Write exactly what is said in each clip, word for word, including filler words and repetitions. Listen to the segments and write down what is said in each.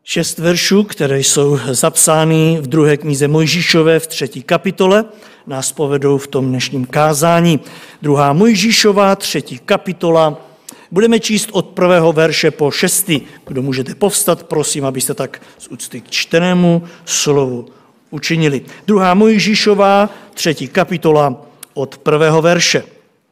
Šest veršů, které jsou zapsány v druhé knize Mojžíšové v třetí kapitole, nás povedou v tom dnešním kázání. Druhá Mojžíšová, třetí kapitola. Budeme číst od prvého verše po šestý. Kdo můžete povstat, prosím, abyste tak z úcty k čtenému slovu učinili. Druhá Mojžíšová, třetí kapitola od prvého verše.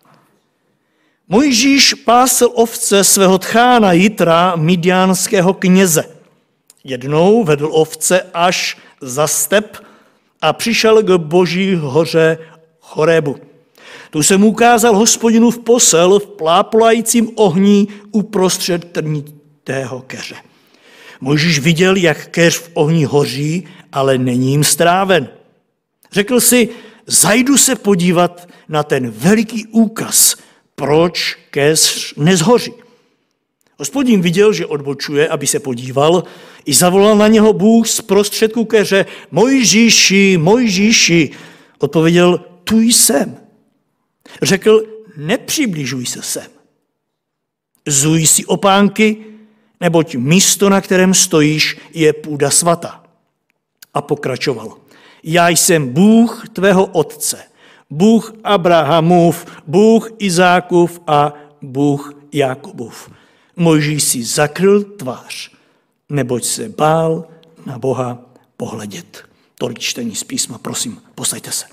Mojžíš pásl ovce svého tchána Jitra, midiánského kněze. Jednou vedl ovce až za step a přišel k Boží hoře Chorebu. Tu se mu ukázal Hospodinův posel v plápolajícím ohni uprostřed trnitého keře. Mojžíš viděl, jak keř v ohni hoří, ale není jim stráven. Řekl si, zajdu se podívat na ten veliký úkaz, proč keř nezhoří. Hospodin viděl, že odbočuje, aby se podíval, i zavolal na něho Bůh z prostředku keře, Mojžíši, Mojžíši. Odpověděl, tu jsem. Řekl, nepřibližuj se sem. Zuj si opánky, neboť místo, na kterém stojíš, je půda svatá. A pokračoval. Já jsem Bůh tvého otce, Bůh Abrahamův, Bůh Izákův a Bůh Jakubův. Mojžíš si zakryl tvář, neboť se bál na Boha pohledět. Tolik čtení z písma, prosím, posaďte se.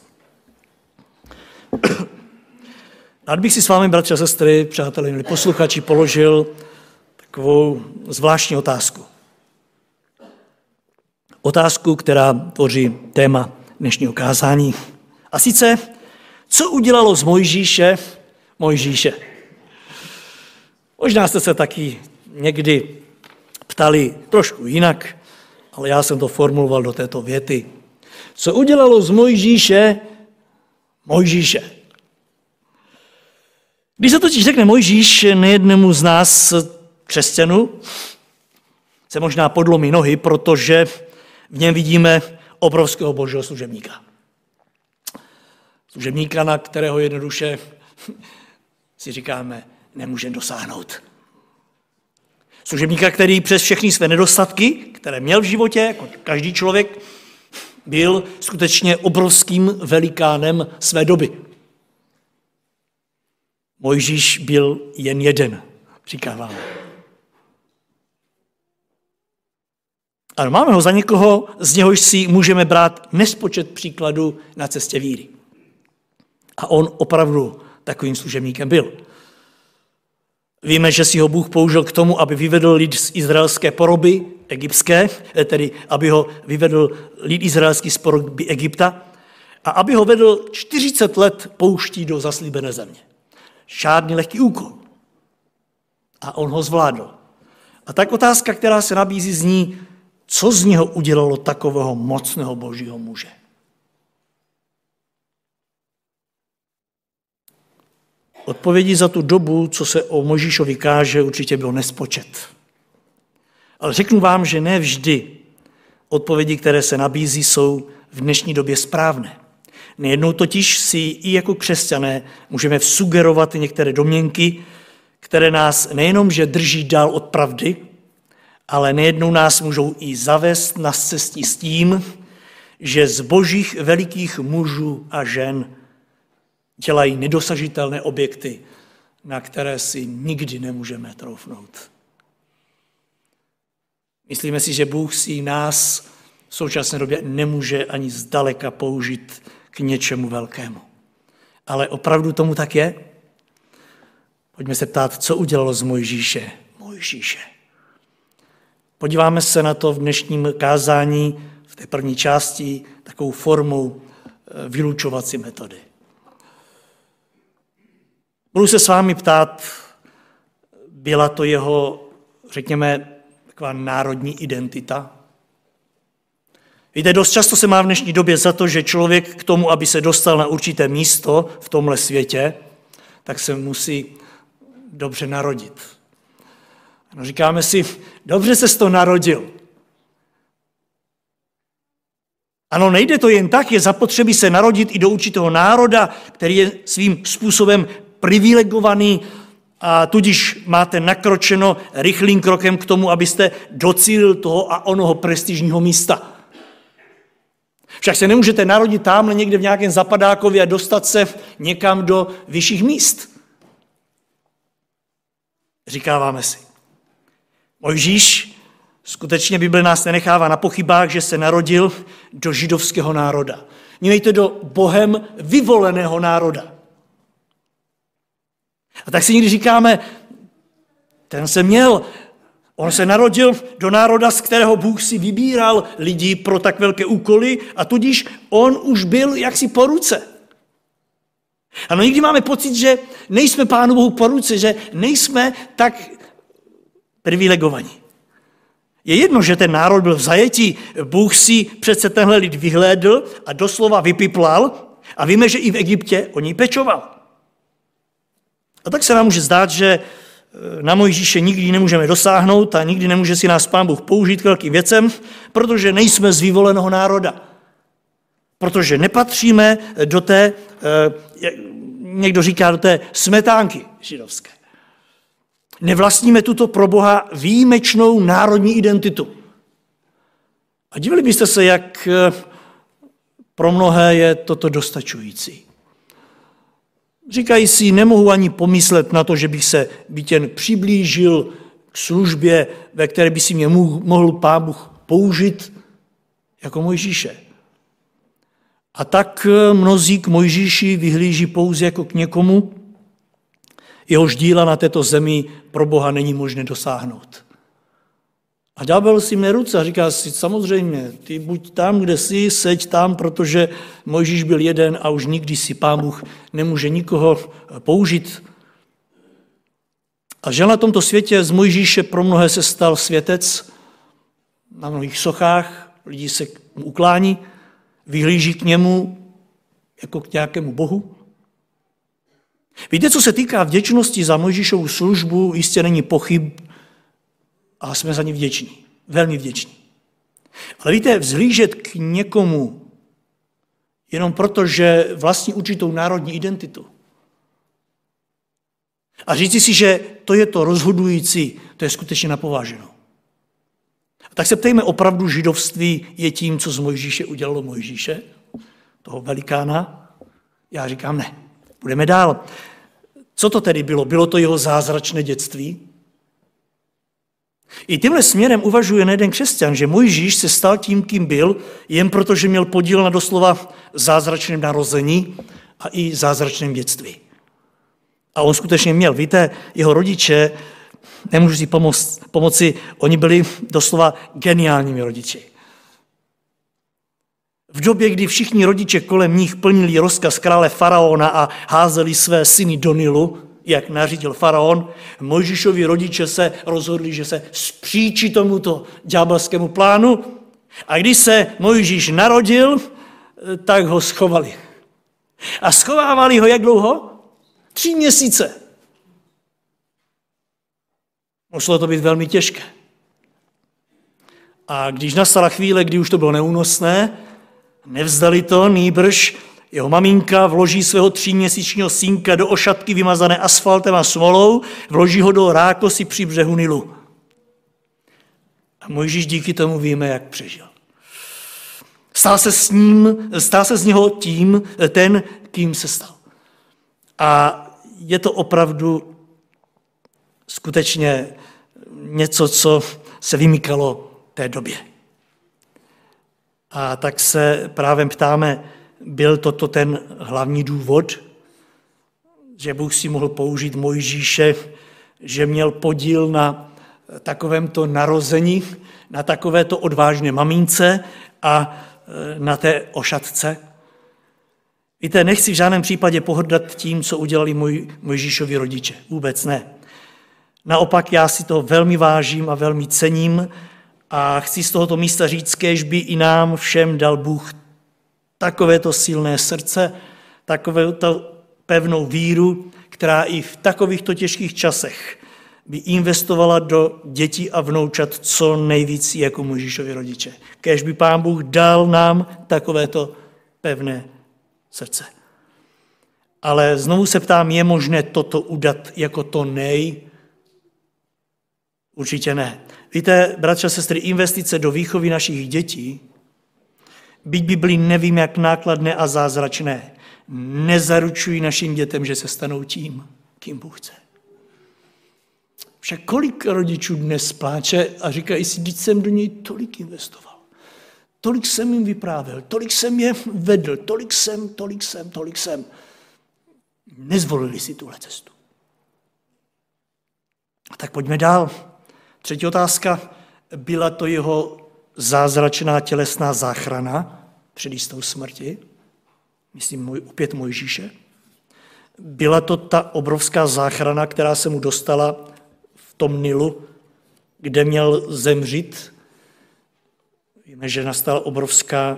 Rád bych si s vámi, bratři a sestry, přátelé, milí posluchači, položil takovou zvláštní otázku. Otázku, která tvoří téma dnešního kázání. A sice, co udělalo z Mojžíše Mojžíše? Možná jste se taky někdy ptali trošku jinak, ale já jsem to formuloval do této věty. Co udělalo z Mojžíše Mojžíše? Když se totiž řekne Mojžíš, nejednému z nás křesťanů se možná podlomí nohy, protože v něm vidíme obrovského božího služebníka. Služebníka, na kterého jednoduše si říkáme, nemůžeme dosáhnout. Služebníka, který přes všechny své nedostatky, které měl v životě, jako každý člověk, byl skutečně obrovským velikánem své doby. Mojžíš byl jen jeden, říká vám. Ano, máme ho za někoho, z něhož si můžeme brát nespočet příkladů na cestě víry. A on opravdu takovým služebníkem byl. Víme, že si ho Bůh použil k tomu, aby vyvedl lid z izraelské poroby egyptské, tedy aby ho vyvedl lid izraelský z poroby Egypta a aby ho vedl čtyřicet let pouští do zaslíbené země. Žádný lehký úkol. A on ho zvládl. A tak otázka, která se nabízí, zní, co z něho udělalo takového mocného božího muže. Odpovědí za tu dobu, co se o Mojžíšovi káže, určitě bylo nespočet. Ale řeknu vám, že ne vždy odpovědi, které se nabízí, jsou v dnešní době správné. Nejednou totiž si i jako křesťané můžeme vsugerovat některé domněnky, které nás nejenom, že drží dál od pravdy, ale nejednou nás můžou i zavést na cestě s tím, že z božích velikých mužů a žen dělají nedosažitelné objekty, na které si nikdy nemůžeme troufnout. Myslíme si, že Bůh si nás v současné době nemůže ani zdaleka použít k něčemu velkému. Ale opravdu tomu tak je? Pojďme se ptát, co udělalo z Mojžíše Mojžíše. Podíváme se na to v dnešním kázání, v té první části, takovou formou vylučovací metody. Budu se s vámi ptát, byla to jeho, řekněme, taková národní identita? Víte, dost často se má v dnešní době za to, že člověk k tomu, aby se dostal na určité místo v tomhle světě, tak se musí dobře narodit. No, říkáme si, dobře ses to narodil. Ano, nejde to jen tak, je zapotřebí se narodit i do určitého národa, který je svým způsobem privilegovaný, a tudíž máte nakročeno rychlým krokem k tomu, abyste docílil toho a onoho prestižního místa. Však se nemůžete narodit tamhle někde v nějakém zapadákově a dostat se někam do vyšších míst. Říkáváme si. Mojžíš, skutečně Bible nás nenechává na pochybách, že se narodil do židovského národa. Mějte do Bohem vyvoleného národa. A tak si někdy říkáme, ten se měl, on se narodil do národa, z kterého Bůh si vybíral lidi pro tak velké úkoly a tudíž on už byl jaksi po ruce. Ano, někdy máme pocit, že nejsme Pánu Bohu po ruce, že nejsme tak privilegovaní. Je jedno, že ten národ byl v zajetí, Bůh si přece tenhle lid vyhlédl a doslova vypiplal a víme, že i v Egyptě o ní pečoval. A tak se nám může zdát, že na Mojžíše nikdy nemůžeme dosáhnout a nikdy nemůže si nás Pán Bůh použít k velkým věcem, protože nejsme z vyvoleného národa. Protože nepatříme do té, někdo říká, do té smetánky židovské. Nevlastníme tuto pro Boha výjimečnou národní identitu. A divili byste se, jak pro mnohé je toto dostačující. Říkají si, nemohu ani pomyslet na to, že bych se byť jen přiblížil k službě, ve které by si mě mohl Pán Bůh použít jako Mojžíše. A tak mnozí k Mojžíši vyhlíží pouze jako k někomu, jehož díla na této zemi pro Boha není možné dosáhnout. A ďábel si mne ruce a říká si, samozřejmě, ty buď tam, kde jsi, seď tam, protože Mojžíš byl jeden a už nikdy si Pán Bůh nemůže nikoho použít. A že na tomto světě z Mojžíše pro mnohé se stal světec, na mnohých sochách lidi se mu uklání, vyhlíží k němu jako k nějakému bohu. Víte, co se týká vděčnosti za Mojžíšovu službu, jistě není pochyb a jsme za ní vděční, velmi vděční. Ale víte, vzhlížet k někomu jenom proto, že vlastní určitou národní identitu a říci si, že to je to rozhodující, to je skutečně napováženou. A tak se ptejme, opravdu židovství je tím, co z Mojžíše udělalo Mojžíše, toho velikána? Já říkám ne. Půjdeme dál. Co to tedy bylo? Bylo to jeho zázračné dětství? I tímhle směrem uvažuje nejeden křesťan, že Mojžíš se stal tím, kým byl, jen proto, že měl podíl na doslova zázračném narození a i zázračném dětství. A on skutečně měl. Víte, jeho rodiče, nemůžu si pomoct, pomoci, oni byli doslova geniálními rodiči. V době, kdy všichni rodiče kolem nich plnili rozkaz krále faraona a házeli své syny do Nilu, jak nařídil faraon, Mojžíšovi rodiče se rozhodli, že se spříčí tomuto ďábelskému plánu. A když se Mojžíš narodil, tak ho schovali. A schovávali ho jak dlouho? Tři měsíce. Muselo to být velmi těžké. A když nastala chvíle, kdy už to bylo neúnosné, nevzdali to, nýbrž jeho maminka vloží svého tříměsíčního synka do ošatky vymazané asfaltem a smolou, vloží ho do rákosy při břehu Nilu. A Mojžíš díky tomu víme, jak přežil. Stal se s ním, stal se z něho tím, ten, kým se stal. A je to opravdu skutečně něco, co se vymykalo té době. A tak se právě ptáme, byl toto ten hlavní důvod, že Bůh si mohl použít Mojžíše, že měl podíl na takovémto narození, na takovéto odvážné mamince a na té ošatce. Víte, nechci v žádném případě pohrdat tím, co udělali Moj, Mojžíšovi rodiče. Vůbec ne. Naopak já si to velmi vážím a velmi cením a chci z tohoto místa říct, kéž by i nám všem dal Bůh takovéto silné srdce, takovéto pevnou víru, která i v takovýchto těžkých časech by investovala do dětí a vnoučat co nejvíc jako Mojžíšovi rodiče. Kéž by Pán Bůh dal nám takovéto pevné srdce. Ale znovu se ptám, je možné toto udat jako to nej? Určitě ne. Víte, bratři a sestry, investice do výchovy našich dětí, byť by byly nevím jak nákladné a zázračné, nezaručují našim dětem, že se stanou tím, kým Bůh chce. Však kolik rodičů dnes pláče a říkají si, když jsem do něj tolik investoval, tolik jsem jim vyprávěl, tolik jsem je vedl, tolik jsem, tolik jsem, tolik jsem. Nezvolili si tuhle cestu. A tak pojďme dál. Třetí otázka. Byla to jeho zázračná tělesná záchrana před jistou smrti? Myslím můj, opět Mojžíše. Byla to ta obrovská záchrana, která se mu dostala v tom Nilu, kde měl zemřít. Víme, že nastala obrovská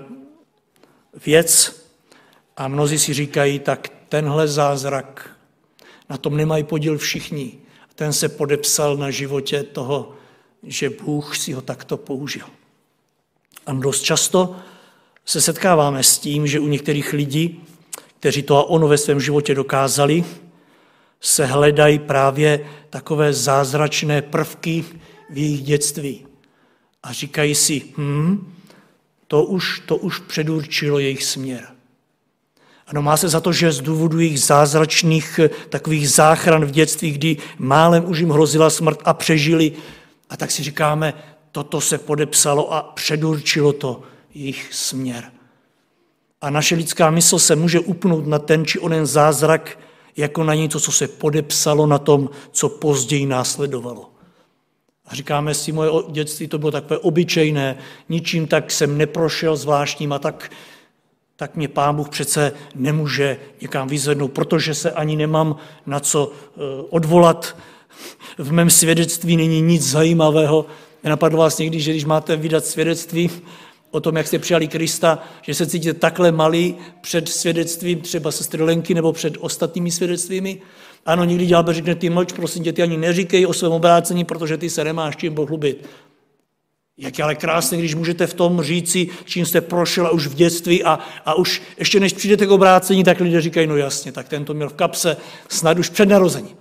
věc a mnozí si říkají, tak tenhle zázrak, na tom nemají podíl všichni. Ten se podepsal na životě toho, že Bůh si ho takto použil. A dost často se setkáváme s tím, že u některých lidí, kteří to a ono ve svém životě dokázali, se hledají právě takové zázračné prvky v jejich dětství. A říkají si, hm, to už, to už předurčilo jejich směr. Ano, má se za to, že z důvodu jejich zázračných takových záchran v dětství, kdy málem už jim hrozila smrt a přežili, a tak si říkáme, toto se podepsalo a předurčilo to jejich směr. A naše lidská mysl se může upnout na ten či onen zázrak jako na něco, co se podepsalo na tom, co později následovalo. A říkáme si, moje dětství to bylo takové obyčejné, ničím tak jsem neprošel zvláštním a tak, tak mě Pán Bůh přece nemůže někam vyzvednout, protože se ani nemám na co odvolat. V mém svědectví není nic zajímavého. Nenapadlo vás někdy, že když máte vydat svědectví o tom, jak jste přijali Krista, že se cítíte takhle malý před svědectvím třeba sestry Lenky nebo před ostatními svědectvími? Ano, někdy ďábel řekne, ty mlč, prosím tě, ty ani neříkej o svém obrácení, protože ty se nemáš čím pochlubit. Jak je ale krásné, když můžete v tom říci, čím jste prošel už v dětství a, a už ještě než přijdete k obrácení, tak lidé říkají, no jasně, tak ten to měl v kapse snad už před narozením.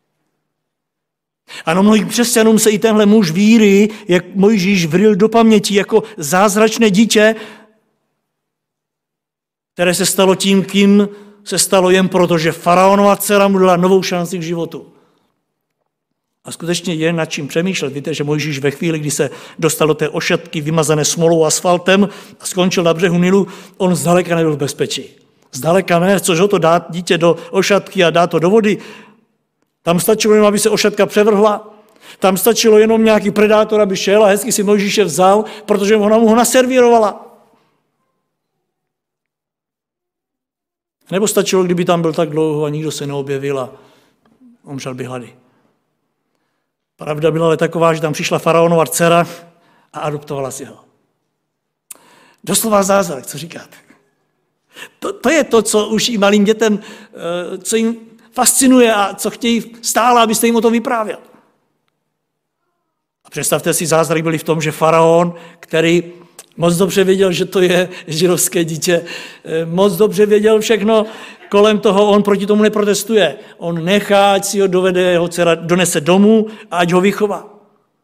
Ano, mnohým křesťanům se i tenhle muž víry, jak Mojžíš vryl do paměti jako zázračné dítě, které se stalo tím, kým se stalo jen proto, že faraonova dcera mu dala novou šanci k životu. A skutečně je nad čím přemýšlet. Víte, že Mojžíš ve chvíli, kdy se dostal do té ošatky vymazané smolou a asfaltem a skončil na břehu Nilu, on zdaleka nebyl v bezpečí. Zdaleka ne, což ho to dát dítě do ošatky a dát to do vody. Tam stačilo jenom, aby se ošatka převrhla. Tam stačilo jenom nějaký predátor, aby šel a hezky si Mojžíše vzal, protože ona mu ho naservírovala. Nebo stačilo, kdyby tam byl tak dlouho a nikdo se neobjevil a umřel by hlady. Pravda byla ale taková, že tam přišla faraonova dcera a adoptovala si ho. Doslova zázrak, co říkáte? To, to je to, co už i malým dětem, co jim fascinuje a co chtějí stále, abyste jim o tom vyprávěl. A představte si, zázrak byly v tom, že faraon, který moc dobře věděl, že to je židovské dítě, moc dobře věděl všechno kolem toho, on proti tomu neprotestuje. On nechá, ať si ho dovede, jeho dcera donese domů a ať ho vychová.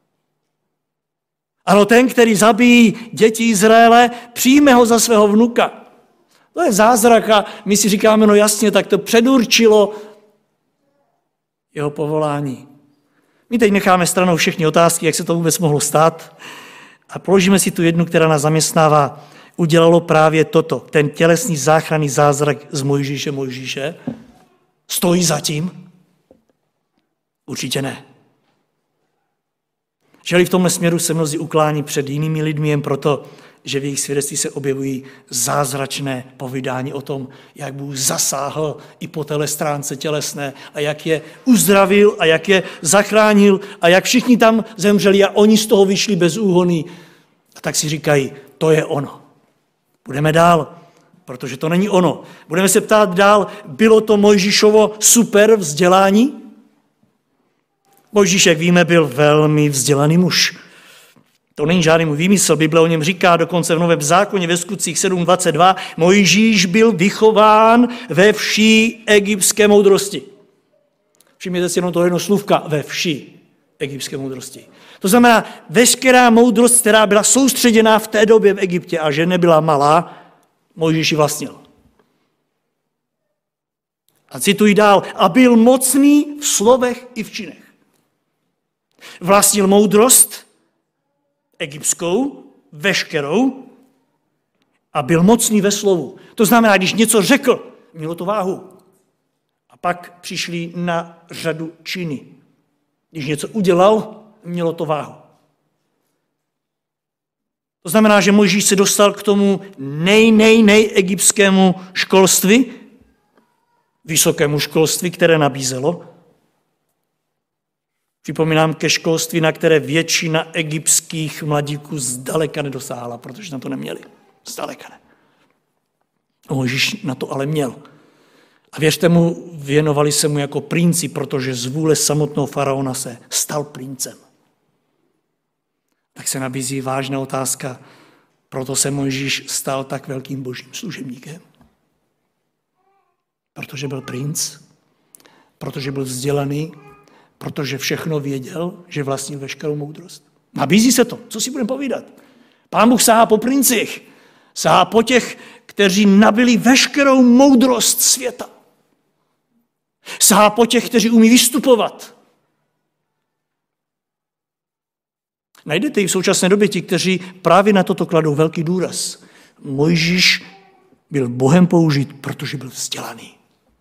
Ano, ten, který zabíjí děti Izraele, přijme ho za svého vnuka. To je zázrak a my si říkáme, no jasně, tak to předurčilo jeho povolání. My teď necháme stranou všechny otázky, jak se to vůbec mohlo stát a položíme si tu jednu, která nás zaměstnává. Udělalo právě toto, ten tělesný záchranný zázrak z Mojžíše Mojžíše. Stojí za tím? Určitě ne. Želi v tomhle směru se mnozí uklání před jinými lidmi jen proto, že v jejich svědectví se objevují zázračné povídání o tom, jak Bůh zasáhl i po téhle stránce tělesné a jak je uzdravil a jak je zachránil a jak všichni tam zemřeli a oni z toho vyšli bez úhony. A tak si říkají, to je ono. Budeme dál, protože to není ono. Budeme se ptát dál, bylo to Mojžíšovo super vzdělání? Mojžíš, jak víme, byl velmi vzdělaný muž. To není žádný můj výmysl, Bible o něm říká dokonce v Novém zákoně ve Skutcích sedm dvacet dva, Mojžíš byl vychován ve vší egyptské moudrosti. Všimněte si jenom to jedno slůvka, ve vší egyptské moudrosti. To znamená, veškerá moudrost, která byla soustředěná v té době v Egyptě a že nebyla malá, Mojžíš ji vlastnil. A cituji dál, a byl mocný v slovech i v činech. Vlastnil moudrost egyptskou, veškerou, a byl mocný ve slovu. To znamená, když něco řekl, mělo to váhu. A pak přišli na řadu činy. Když něco udělal, mělo to váhu. To znamená, že Mojžíš se dostal k tomu nej, nej, nej egyptskému školství, vysokému školství, které nabízelo. Připomínám ke školství, na které většina egyptských mladíků zdaleka nedosáhla, protože na to neměli. Zdaleka ne. Mojžíš na to ale měl. A věřte mu, věnovali se mu jako princi, protože z vůle samotného faraona se stal princem. Tak se nabízí vážná otázka, proto se Mojžíš stal tak velkým božím služebníkem. Protože byl princ, protože byl vzdělaný, protože všechno věděl, že vlastnil veškerou moudrost. Nabízí se to, co si budeme povídat. Pán Bůh sahá po princich, sahá po těch, kteří nabili veškerou moudrost světa. Sahá po těch, kteří umí vystupovat. Najdete i v současné době ti, kteří právě na toto kladou velký důraz. Mojžíš byl Bohem použit, protože byl vzdělaný.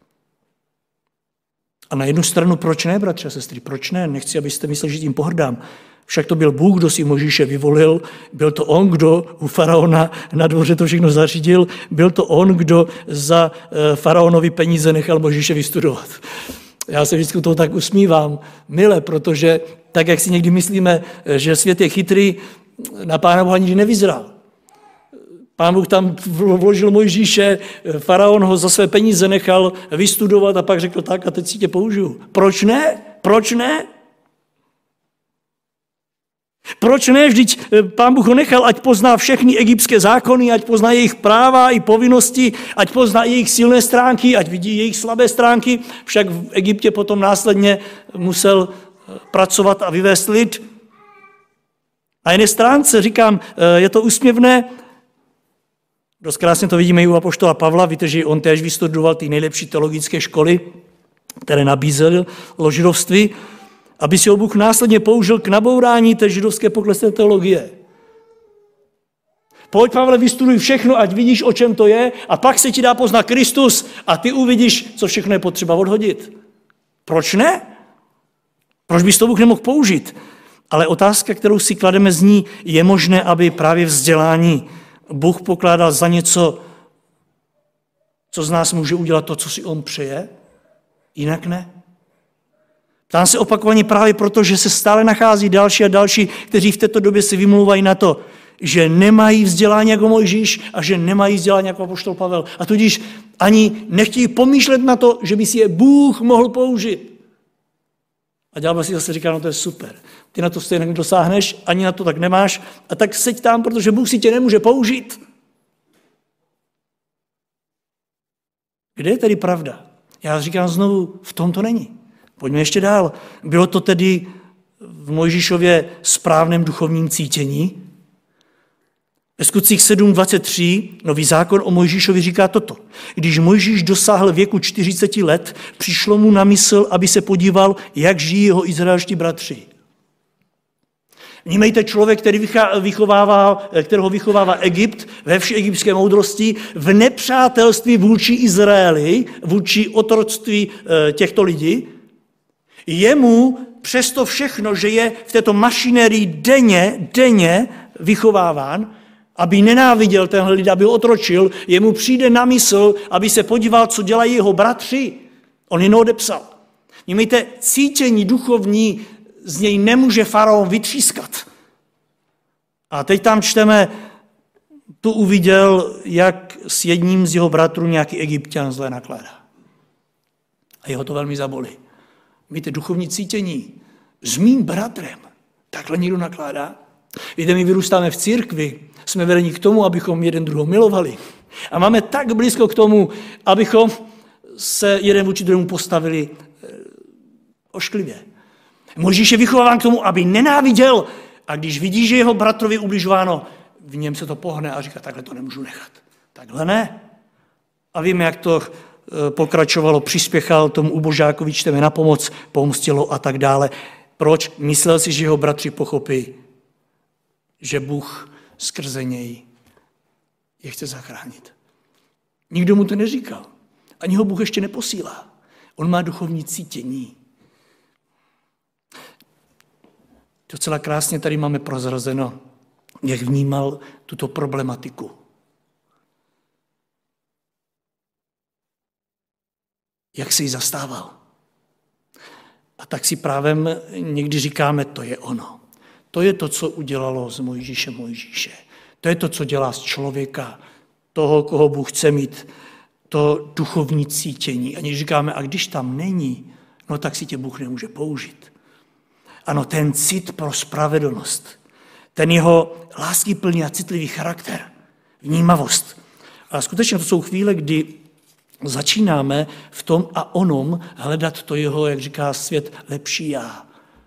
A na jednu stranu, proč ne, bratři a sestry, proč ne? Nechci, abyste mysleli, že tím pohrdám. Však to byl Bůh, kdo si Mojžíše vyvolil, byl to on, kdo u faraona na dvoře to všechno zařídil, byl to on, kdo za faraonovi peníze nechal Mojžíše vystudovat. Já se vždycky toho tak usmívám, mile, protože tak, jak si někdy myslíme, že svět je chytrý, na Pána Boha nikdy nevyzral. Pán Bůh tam vložil Mojžíše, faraon ho za své peníze nechal vystudovat a pak řekl tak a teď si tě použiju. Proč ne? Proč ne? Proč ne? Vždyť Pán Bůh ho nechal, ať pozná všechny egyptské zákony, ať pozná jejich práva i povinnosti, ať pozná jejich silné stránky, ať vidí jejich slabé stránky. Však v Egyptě potom následně musel pracovat a vyvést lid. Na jedné stránce, říkám, je to úsměvné, dost krásně to vidíme i u apoštola Pavla, víte, že on též vystudoval ty nejlepší teologické školy, které nabízely židovství, aby si ho Bůh následně použil k nabourání té židovské poklesné teologie. Pojď, Pavle, vystuduj všechno, ať vidíš, o čem to je, a pak se ti dá poznat Kristus a ty uvidíš, co všechno je potřeba odhodit. Proč ne? Proč bys to Bůh nemohl použít? Ale otázka, kterou si klademe, zní, je možné, aby právě vzdělání Bůh pokládal za něco, co z nás může udělat to, co si on přeje? Jinak ne. Ptám se opakovaně právě proto, že se stále nachází další a další, kteří v této době si vymlouvají na to, že nemají vzdělání jako Mojžíš a že nemají vzdělání jako apoštol Pavel. A tudíž ani nechtějí pomýšlet na to, že by si je Bůh mohl použít. A ďábel si zase říká, no to je super. Ty na to stejně nedosáhneš, ani na to tak nemáš, a tak seď tam, protože Bůh si tě nemůže použít. Kde je tedy pravda? Já říkám znovu, v tom to není. Pojďme ještě dál. Bylo to tedy v Mojžíšově správném duchovním cítění? Ve Skutcích sedm dvacet tři Nový zákon o Mojžíšovi říká toto. Když Mojžíš dosáhl věku čtyřicet let, přišlo mu na mysl, aby se podíval, jak žijí jeho izraelští bratři. Vnímejte, člověk, který vychovává, kterého vychovává Egypt ve vší egyptské moudrosti, v nepřátelství vůči Izraeli, vůči otroctví těchto lidí, jemu přesto všechno, že je v této mašinérii denně, denně vychováván, aby nenáviděl tenhle lid, aby ho otročil, jemu přijde na mysl, aby se podíval, co dělají jeho bratři. On jen odepsal. Vnímejte, cítění duchovní z něj nemůže faraon vytřískat. A teď tam čteme, tu uviděl, jak s jedním z jeho bratrů nějaký Egypťan zle nakládá. A jeho to velmi zabolí. Víte, duchovní cítění s mým bratrem takhle někdo nakládá? Víte, my vyrůstáme v církvi, jsme vedeni k tomu, abychom jeden druhého milovali. A máme tak blízko k tomu, abychom se jeden vůči druhému postavili ošklivě. Mojžíš je vychováván k tomu, aby nenáviděl, a když vidí, že jeho bratrovi ubližováno, v něm se to pohne a říká, takhle to nemůžu nechat. Takhle ne. A víme, jak to pokračovalo, přispěchal tomu ubožákovi, čteme na pomoc, pomstilo a tak dále. Proč? Myslel si, že jeho bratři pochopí, že Bůh skrze něj je chce zachránit. Nikdo mu to neříkal. Ani ho Bůh ještě neposílá. On má duchovní cítění. Docela krásně tady máme prozrazeno, jak vnímal tuto problematiku. Jak se jí zastával. A tak si právem někdy říkáme, to je ono. To je to, co udělalo z Mojžíše Mojžíše. To je to, co dělá z člověka, toho, koho Bůh chce mít, to duchovní cítění. A když říkáme, a když tam není, no tak si tě Bůh nemůže použít. Ano, ten cit pro spravedlnost, ten jeho láskyplný a citlivý charakter, vnímavost. A skutečně to jsou chvíle, kdy začínáme v tom a onom hledat to jeho, jak říká svět, lepší já.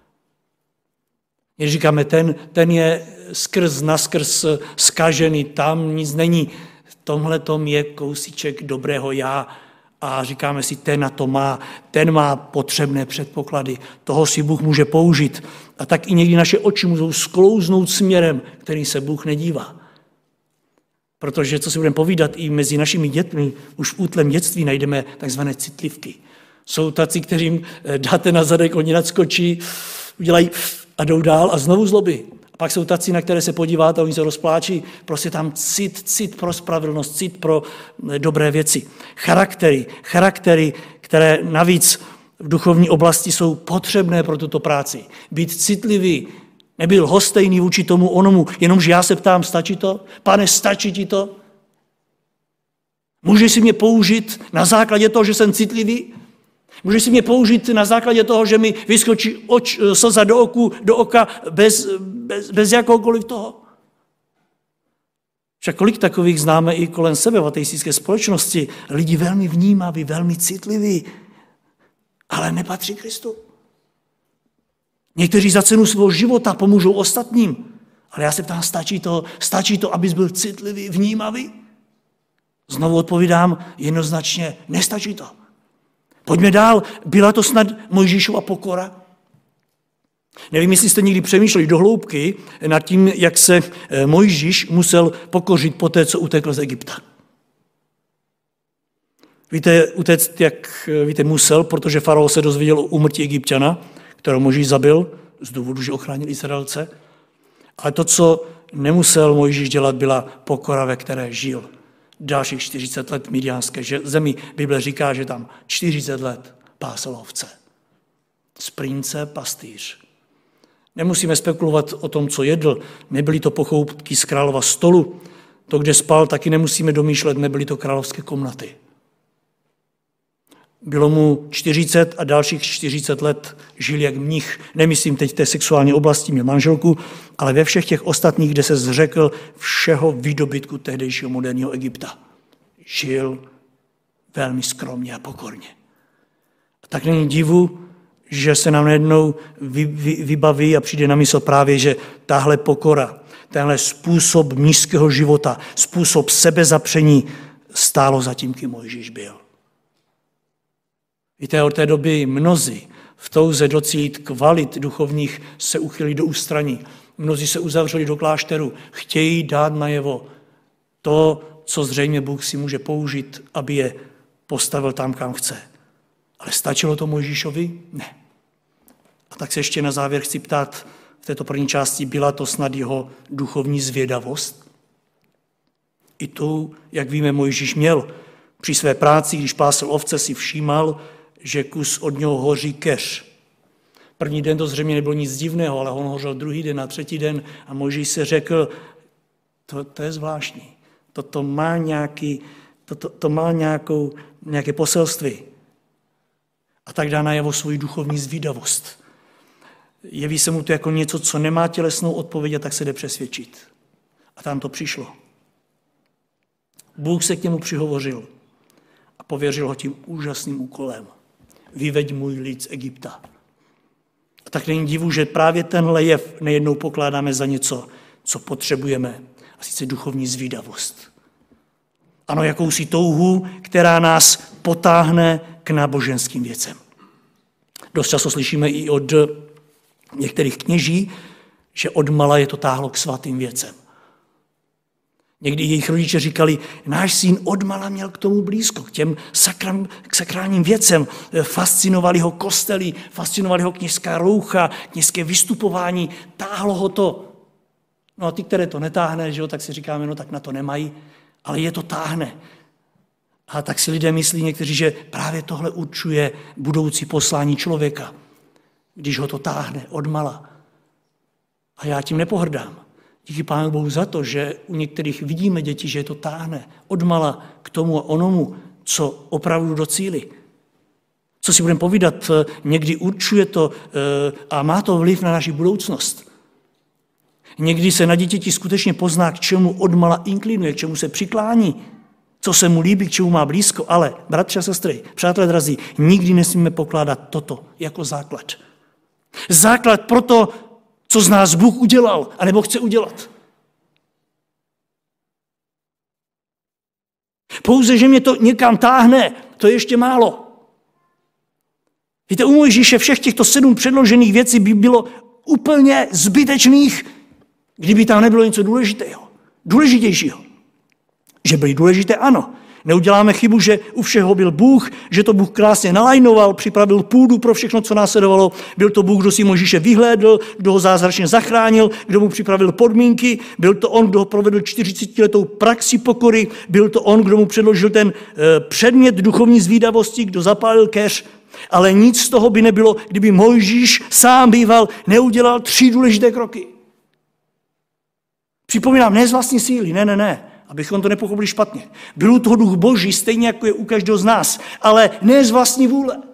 Když říkáme, ten, ten je skrz naskrz zkažený, tam nic není. V tomhletom je kousíček dobrého já a říkáme si, ten na to má, ten má potřebné předpoklady, toho si Bůh může použít. A tak i někdy naše oči můžou sklouznout směrem, který se Bůh nedívá. Protože, co si budeme povídat, i mezi našimi dětmi, už v útlém dětství najdeme takzvané citlivky. Jsou tací, kterým dáte na zadek, oni nadskočí, udělají a jdou dál a znovu zlobí. A pak jsou tací, na které se podíváte a oni se rozpláčí. Prostě tam cit, cit pro spravedlnost, cit pro dobré věci. Charaktery, charaktery, které navíc v duchovní oblasti jsou potřebné pro tuto práci. Být citlivý, nebyl hostejný vůči tomu onomu, jenomže já se ptám, stačí to? Pane, stačí ti to? Můžeš si mě použít na základě toho, že jsem citlivý? Můžeš si mě použít na základě toho, že mi vyskočí oč, slza do, oku, do oka bez, bez, bez jakoukoliv toho? Však kolik takových známe i kolem sebe v ateistické společnosti, lidi velmi vnímaví, velmi citliví, ale nepatří Kristu. Někteří za cenu svého života pomůžou ostatním, ale já se ptám, stačí to, stačí to, abys byl citlivý, vnímavý? Znovu odpovídám jednoznačně, nestačí to. Pojďme dál, byla to snad Mojžíšova pokora? Nevím, jestli jste někdy přemýšleli do hloubky nad tím, jak se Mojžíš musel pokořit po té, co utekl z Egypta. Víte, utéct, jak víte, musel, protože faraon se dozvěděl o úmrtí Egypťana, kterou Mojžíš zabil z důvodu, že ochránil Izraelce. Ale to, co nemusel Mojžíš dělat, byla pokora, ve které žil. Dalších čtyřicet let v Midiánské zemi. Bible říká, že tam čtyřicet let pásal ovce. Sprínce, pastýř. Nemusíme spekulovat o tom, co jedl. Nebyly to pochoutky z králova stolu. To, kde spal, taky nemusíme domýšlet. Nebyly to královské komnaty. Bylo mu čtyřicet a dalších čtyřicet let žil jak mnich. Nemyslím teď v té sexuální oblasti, měl manželku, ale ve všech těch ostatních, kde se zřekl všeho výdobytku tehdejšího moderního Egypta. Žil velmi skromně a pokorně. A tak není divu, že se nám najednou vy, vy, vybaví a přijde na mysl právě, že tahle pokora, tenhle způsob mnižského života, způsob sebezapření stálo za tím, kým Mojžíš byl. Víte, od té doby mnozí v touze docílit kvalit duchovních se uchylili do ústraní. Mnozí se uzavřeli do klášteru, chtějí dát najevo to, co zřejmě Bůh si může použít, aby je postavil tam, kam chce. Ale stačilo to Mojžíšovi? Ne. A tak se ještě na závěr chci ptát, v této první části, byla to snad jeho duchovní zvědavost? I tu, jak víme, Mojžíš měl. Při své práci, když pásl ovce, si všímal, že kus od něho hoří keř. První den to zřejmě nebylo nic divného, ale on hořel druhý den a třetí den a Mojžíš se řekl, to, to je zvláštní, to, to má, nějaký, to, to, to má nějakou, nějaké poselství. A tak dá najevo svou duchovní zvídavost. jeví se mu to jako něco, co nemá tělesnou odpověď, a tak se jde přesvědčit. A tam to přišlo. Bůh se k němu přihovořil a pověřil ho tím úžasným úkolem. Vyveď můj lid z Egypta. A tak není divu, že právě tenhle jev nejednou pokládáme za něco, co potřebujeme, a sice duchovní zvídavost. Ano, jakousi touhu, která nás potáhne k náboženským věcem. Dost často slyšíme i od některých kněží, že odmala je to táhlo k svatým věcem. Někdy jejich rodiče říkali, náš syn odmala měl k tomu blízko, k těm sakram, k sakrálním věcem. Fascinovali ho kostely, fascinovali ho kněžská roucha, kněžské vystupování, táhlo ho to. No a ty, které to netáhne, že jo, tak si říkáme, no tak na to nemají, ale je to táhne. A tak si lidé myslí někteří, že právě tohle určuje budoucí poslání člověka, když ho to táhne odmala. A já tím nepohrdám. Díky Pánu Bohu za to, že u některých vidíme děti, že je to táhne odmala k tomu a onomu, co opravdu docílí. Co si budeme povídat, někdy určuje to a má to vliv na naši budoucnost. Někdy se na dítěti skutečně pozná, k čemu odmala inklinuje, k čemu se přiklání, co se mu líbí, k čemu má blízko, ale, bratři a sestry, přátelé drazí, nikdy nesmíme pokládat toto jako základ. Základ pro to, co z nás Bůh udělal, anebo chce udělat. Pouze, že mě to někam táhne, to je ještě málo. Víte, u Mojžíše všech těchto sedm předložených věcí by bylo úplně zbytečných, kdyby tam nebylo něco důležitého, důležitějšího. Že byly důležité, ano. Neuděláme chybu, že u všeho byl Bůh, že to Bůh krásně nalajnoval, připravil půdu pro všechno, co následovalo. Byl to Bůh, kdo si Mojžíše vyhlédl, kdo ho zázračně zachránil, kdo mu připravil podmínky. Byl to on, kdo ho provedl čtyřicetiletou praxi pokory. Byl to on, kdo mu předložil ten e, předmět duchovní zvídavosti, kdo zapálil keř. Ale nic z toho by nebylo, kdyby Mojžíš sám býval, neudělal tři důležité kroky. Připomínám, ne z vlastní síly, ne, ne, ne. Abychom to nepochopili špatně. Byl toho duch Boží, stejně jako je u každého z nás, ale ne z vlastní vůle.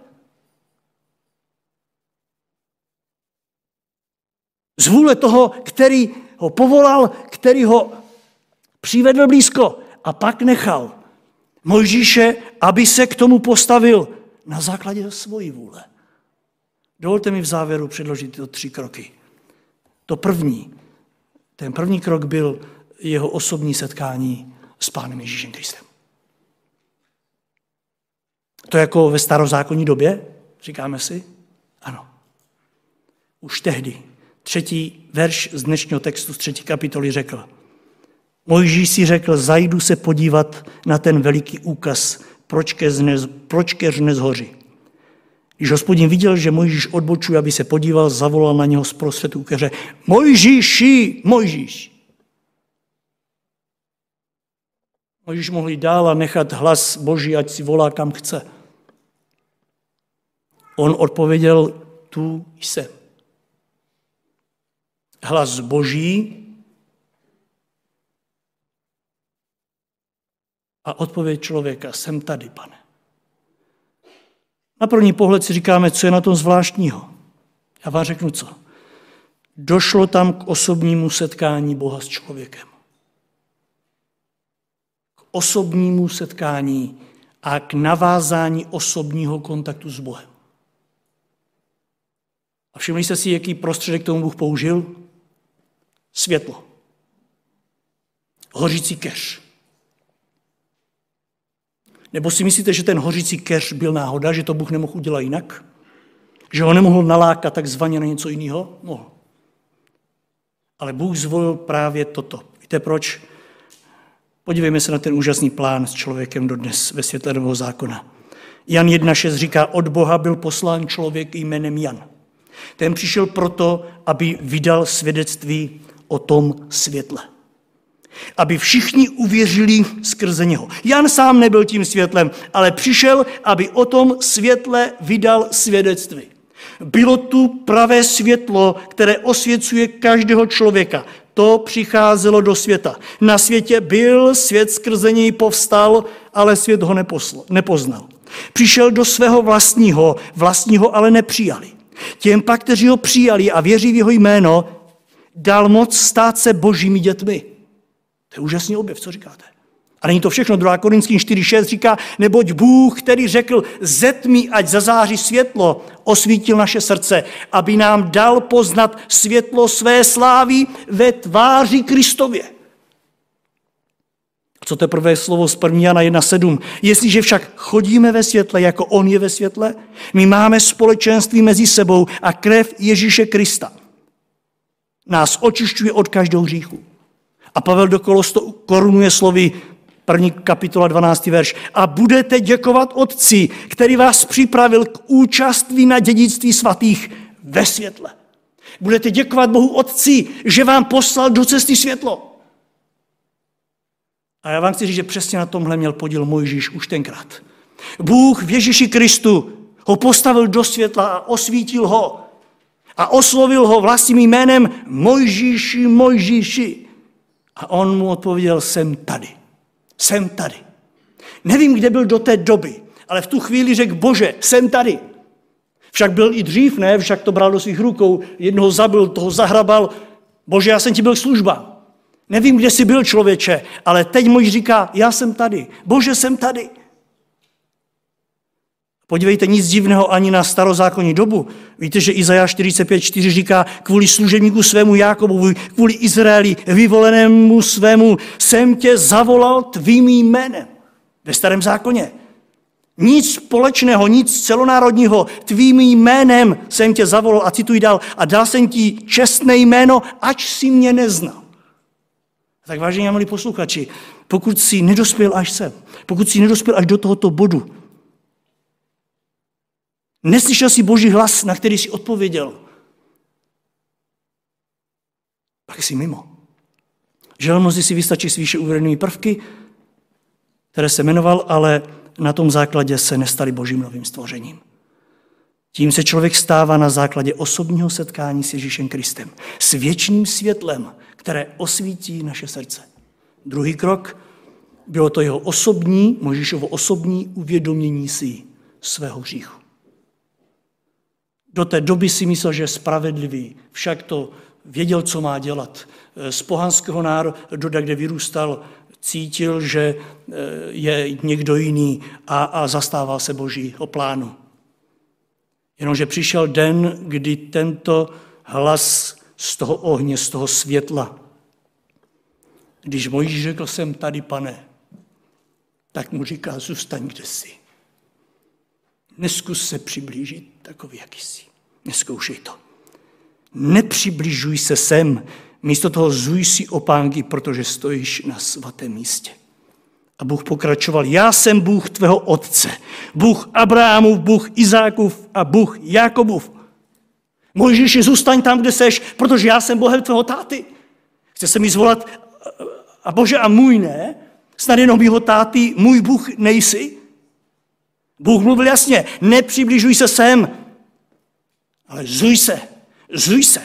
Z vůle toho, který ho povolal, který ho přivedl blízko a pak nechal Mojžíše, aby se k tomu postavil na základě svojí vůle. Dovolte mi v závěru předložit tyto tři kroky. To první, ten první krok byl jeho osobní setkání s Pánem Ježíšem Kristem. To jako ve starozákonní době, říkáme si? Ano. Už tehdy. Třetí verš z dnešního textu z třetí kapitoly řekl. Mojžíš si řekl, zajdu se podívat na ten veliký úkaz, proč keř nezhoří. Když Hospodin viděl, že Mojžíš odbočuje, aby se podíval, zavolal na něho zprostřed u keře. Mojžíši, Mojžíš. Mojžíš mohl jít dál a nechat hlas Boží, ať si volá, kam chce. On odpověděl, tu jsem. Hlas Boží a odpověď člověka, jsem tady, Pane. Na první pohled si říkáme, co je na tom zvláštního. Já vám řeknu co. Došlo tam k osobnímu setkání Boha s člověkem. K osobnímu setkání a k navázání osobního kontaktu s Bohem. A všimli jste si, jaký prostředek tomu Bůh použil? Světlo. Hořící keř. Nebo si myslíte, že ten hořící keř byl náhoda, že to Bůh nemohl udělat jinak? Že ho nemohl nalákat takzvaně na něco jiného? Mohl. Ale Bůh zvolil právě toto. Víte proč? Podívejme se na ten úžasný plán s člověkem dodnes ve světle Nového zákona. Jan jedna šest říká, od Boha byl poslán člověk jménem Jan. Ten přišel proto, aby vydal svědectví o tom světle. Aby všichni uvěřili skrze něho. Jan sám nebyl tím světlem, ale přišel, aby o tom světle vydal svědectví. Bylo tu pravé světlo, které osvěcuje každého člověka. To přicházelo do světa. Na světě byl, svět skrze něj povstal, ale svět ho neposl, nepoznal. Přišel do svého vlastního, vlastního ale nepřijali. Těm pak, kteří ho přijali a věří v jeho jméno, dal moc stát se božími dětmi. To je úžasný objev, co říkáte? A není to všechno. druhá Korinským čtyři šest říká, neboť Bůh, který řekl, ze tmy ať zazáří světlo, osvítil naše srdce, aby nám dal poznat světlo své slávy ve tváři Kristově. Co teprve slovo z první Jana jedna sedm. Jestliže však chodíme ve světle, jako on je ve světle, my máme společenství mezi sebou a krev Ježíše Krista nás očišťuje od každého hříchu. A Pavel dokolo to korunuje slovy první kapitola dvanáctý verš. A budete děkovat Otci, který vás připravil k účaství na dědictví svatých ve světle. Budete děkovat Bohu Otci, že vám poslal do cesty světlo. A já vám chci říct, že přesně na tomhle měl podíl Mojžíš už tenkrát. Bůh v Ježíši Kristu ho postavil do světla a osvítil ho. A oslovil ho vlastním jménem Mojžíši, Mojžíši. A on mu odpověděl, jsem tady. Jsem tady. Nevím, kde byl do té doby, ale v tu chvíli řekl, Bože, jsem tady. Však byl i dřív, ne? Však to bral do svých rukou, jednoho zabil, toho zahrabal. Bože, já jsem ti byl k službám. Nevím, kde jsi byl, člověče, ale teď Mojžíš říká, já jsem tady. Bože, jsem tady. Podívejte, nic divného ani na starozákonní dobu. Víte, že Izajáš čtyřicet pět čtyři říká, kvůli služebníku svému Jákobovi, kvůli Izraeli, vyvolenému svému, jsem tě zavolal tvým jménem. Ve starém zákoně. Nic společného, nic celonárodního, tvým jménem jsem tě zavolal a cituji dál a dal jsem ti čestné jméno, ač si mě neznal. Tak vážení a milí posluchači, pokud jsi nedospěl až sem, pokud jsi nedospěl až do tohoto bodu, neslyšel jsi Boží hlas, na který jsi odpověděl, pak jsi mimo. Želmozi si vystačí s výše uvedenými prvky, které se jmenoval, ale na tom základě se nestali Božím novým stvořením. Tím se člověk stává na základě osobního setkání s Ježíšem Kristem, s věčným světlem, které osvítí naše srdce. Druhý krok bylo to jeho osobní, Mojžíšovo osobní uvědomění si svého hříchu. Do té doby si myslel, že je spravedlivý, však to věděl, co má dělat. Z pohanského národa, kde vyrůstal, cítil, že je někdo jiný a, a zastával se Božího plánu. Jenomže přišel den, kdy tento hlas z toho ohně, z toho světla, když Mojžíš řekl, jsem tady, Pane, tak mu říká, zůstaň, kde jsi. Neskus se přiblížit takový, jaký jsi. Neskoušej to. Nepřibližuj se sem, místo toho zuj si opánky, protože stojíš na svatém místě. A Bůh pokračoval, já jsem Bůh tvého otce, Bůh Abrahamův, Bůh Izákův a Bůh Jákobův. Mojžíši, zůstaň tam, kde seš, protože já jsem Bohem tvého táty. Chce se mi zvolat, a Bože, a můj ne? Snad jenom jeho táty, můj Bůh nejsi? Bůh mluvil jasně, nepřibližuj se sem, ale zuj se, zuj se.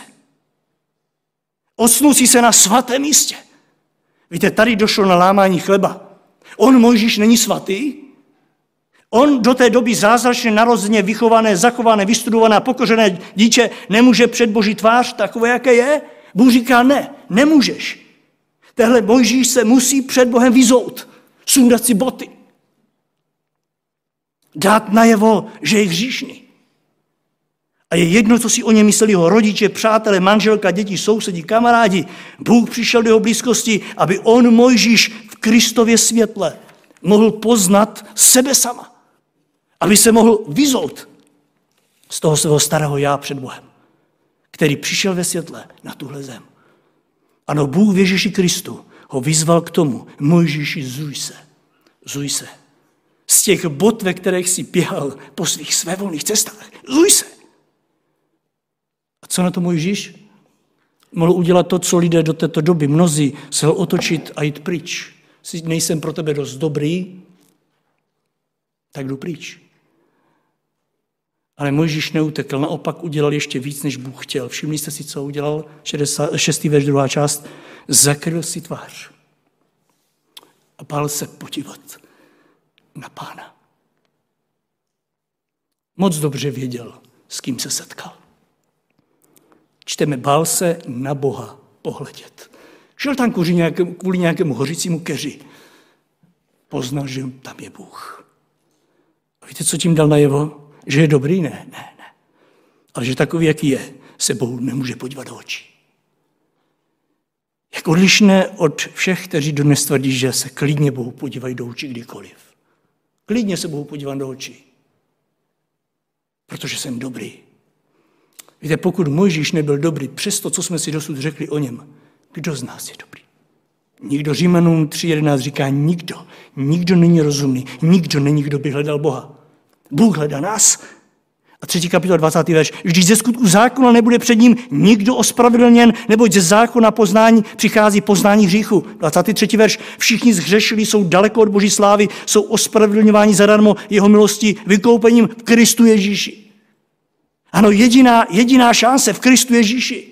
Ocnul si se na svatém místě. Víte, tady došlo na lámání chleba. On, Mojžíš, není svatý. On do té doby zázračně narozeně, vychované, zachované, vystudované, pokořené dítě nemůže před Boží tvář takové, jaké je. Bůh říká, ne, nemůžeš. Tehle Mojžíš se musí před Bohem vyzout, sundat si boty. Dát najevo, že je hříšný. A je jedno, co si o něm mysleli jeho rodiče, přátelé, manželka, děti, sousedi, kamarádi. Bůh přišel do jeho blízkosti, aby on, Mojžíš, v Kristově světle mohl poznat sebe sama. Aby se mohl vyzout z toho svého starého já před Bohem, který přišel ve světle na tuhle zem. Ano, Bůh v Ježíši Kristu ho vyzval k tomu, Mojžíši, zuj se, zuj se. Z těch bot, ve kterých si běhal po svých svévolných cestách, zuj se. A co na to Mojžíš? Mohl udělat to, co lidé do této doby, mnozí, se ho otočit a jít pryč. Si nejsem pro tebe dost dobrý, tak jdu pryč. Ale Mojžíš neutekl, naopak udělal ještě víc, než Bůh chtěl. Všimli jste si, co udělal? šestý verš, druhá část. Zakryl si tvář a bál se podívat na Pána. Moc dobře věděl, s kým se setkal. Čteme, bál se na Boha pohledět. Šel tam kvůli nějakému, kvůli nějakému hořícímu keři. Poznal, že tam je Bůh. A víte, co tím dal najevo? Že je dobrý? Ne, ne, ne. Ale že takový, jaký je, se Bohu nemůže podívat do očí. Jak odlišné od všech, kteří dnes tvrdí, že se klidně Bohu podívají do očí kdykoliv. Klidně se Bohu podívám do očí. Protože jsem dobrý. Víte, pokud Mojžíš nebyl dobrý, přes to, co jsme si dosud řekli o něm, kdo z nás je dobrý? Nikdo, Římanům tři jedenáct říká, nikdo. Nikdo není rozumný. Nikdo není, kdo by hledal Boha. Bůh hledá nás. A třetí kapitola dvacátý verš. Vždyť ze skutku zákona nebude před ním nikdo ospravedlněn, neboť ze zákona poznání přichází poznání hříchu. dvacátý třetí verš. Všichni zhřešili, jsou daleko od Boží slávy, jsou ospravedlňováni zadarmo jeho milostí, vykoupením v Kristu Ježíši. Ano, jediná, jediná šance v Kristu Ježíši.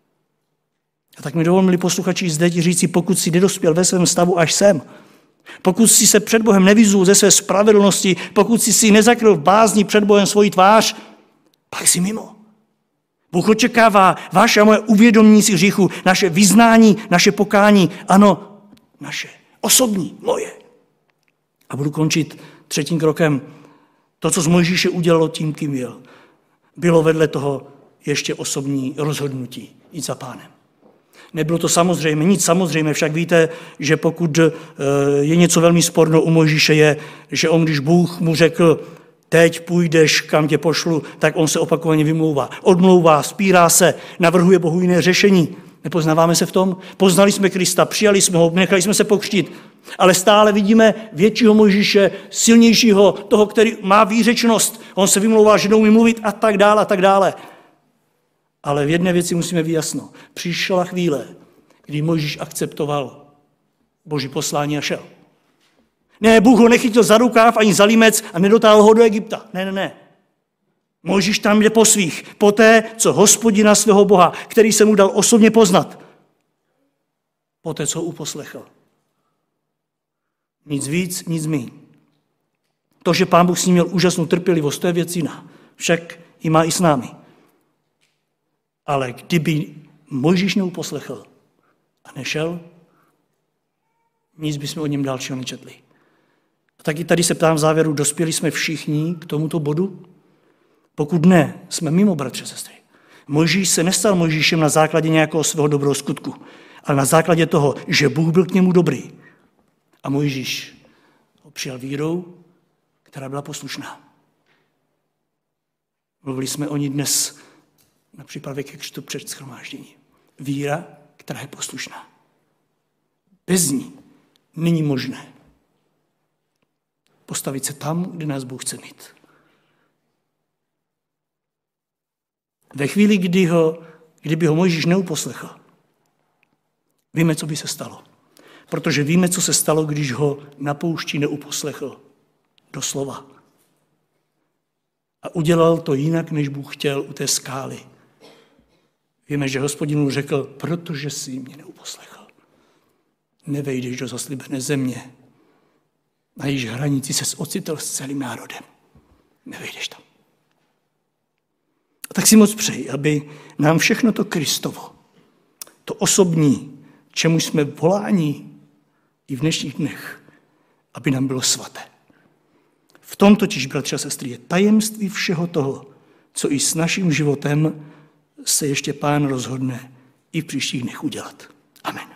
A tak mi dovol, milí posluchači, zde ti říci, pokud jsi nedospěl ve svém stavu až sem, pokud jsi se před Bohem nevyzul ze své spravedlnosti, pokud jsi si nezakryl v bázni před Bohem svoji tvář, pak jsi mimo. Bůh očekává vaše a moje uvědomění si hříchu, naše vyznání, naše pokání, ano, naše osobní, moje. A budu končit třetím krokem. To, co z Mojžíše udělalo tím, kým byl, bylo vedle toho ještě osobní rozhodnutí jít za Pánem. Nebylo to samozřejmě, nic samozřejmě, však víte, že pokud je něco velmi sporno u Mojžíše je, že on, když Bůh mu řekl, teď půjdeš, kam tě pošlu, tak on se opakovaně vymlouvá. Odmlouvá, spírá se, navrhuje Bohu jiné řešení. Nepoznáváme se v tom? Poznali jsme Krista, přijali jsme ho, nechali jsme se pokřtít, ale stále vidíme většího Mojžíše, silnějšího, toho, který má výřečnost. On se vymlouvá, že neumí mluvit a tak dále, a tak dále. Ale v jedné věci musíme být jasno. Přišla chvíle, kdy Mojžíš akceptoval Boží poslání a šel. Ne, Bůh ho nechytil za rukáv ani za límec a nedotáhl ho do Egypta. Ne, ne, ne. Mojžíš tam jde po svých, poté, co Hospodina svého Boha, který se mu dal osobně poznat, poté, co ho uposlechl. Nic víc, nic míň. To, že Pán Bůh s ním měl úžasnou trpělivost, to je věc jiná. Však ji má i s námi. Ale kdyby Mojžíš neuposlechl a nešel, nic bychom o něm dalšího nečetli. A taky tady se ptám v závěru, dospěli jsme všichni k tomuto bodu? Pokud ne, jsme mimo, bratře, sestry. Mojžíš se nestal Mojžíšem na základě nějakého svého dobrého skutku, ale na základě toho, že Bůh byl k němu dobrý. A Mojžíš ho přijal vírou, která byla poslušná. Mluvili jsme o ní dnes na přípravě ke křtu před shromážděním. Víra, která je poslušná. Bez ní není možné postavit se tam, kde nás Bůh chce mít. Ve chvíli, kdy ho, kdyby ho Mojžíš neuposlechl, víme, co by se stalo. Protože víme, co se stalo, když ho na poušti neuposlechl. Doslova. A udělal to jinak, než Bůh chtěl u té skály. Víme, že Hospodin mu řekl, protože jsi mě neuposlechl. Nevejdeš do zaslíbené země. Na jejíž hranici ses ocitl s celým národem. Nevejdeš tam. A tak si moc přeji, aby nám všechno to Kristovo, to osobní, čemu jsme voláni i v dnešních dnech, aby nám bylo svaté. V tom totiž, bratři a sestry, je tajemství všeho toho, co i s naším životem se ještě Pán rozhodne i v příštích dnech udělat. Amen.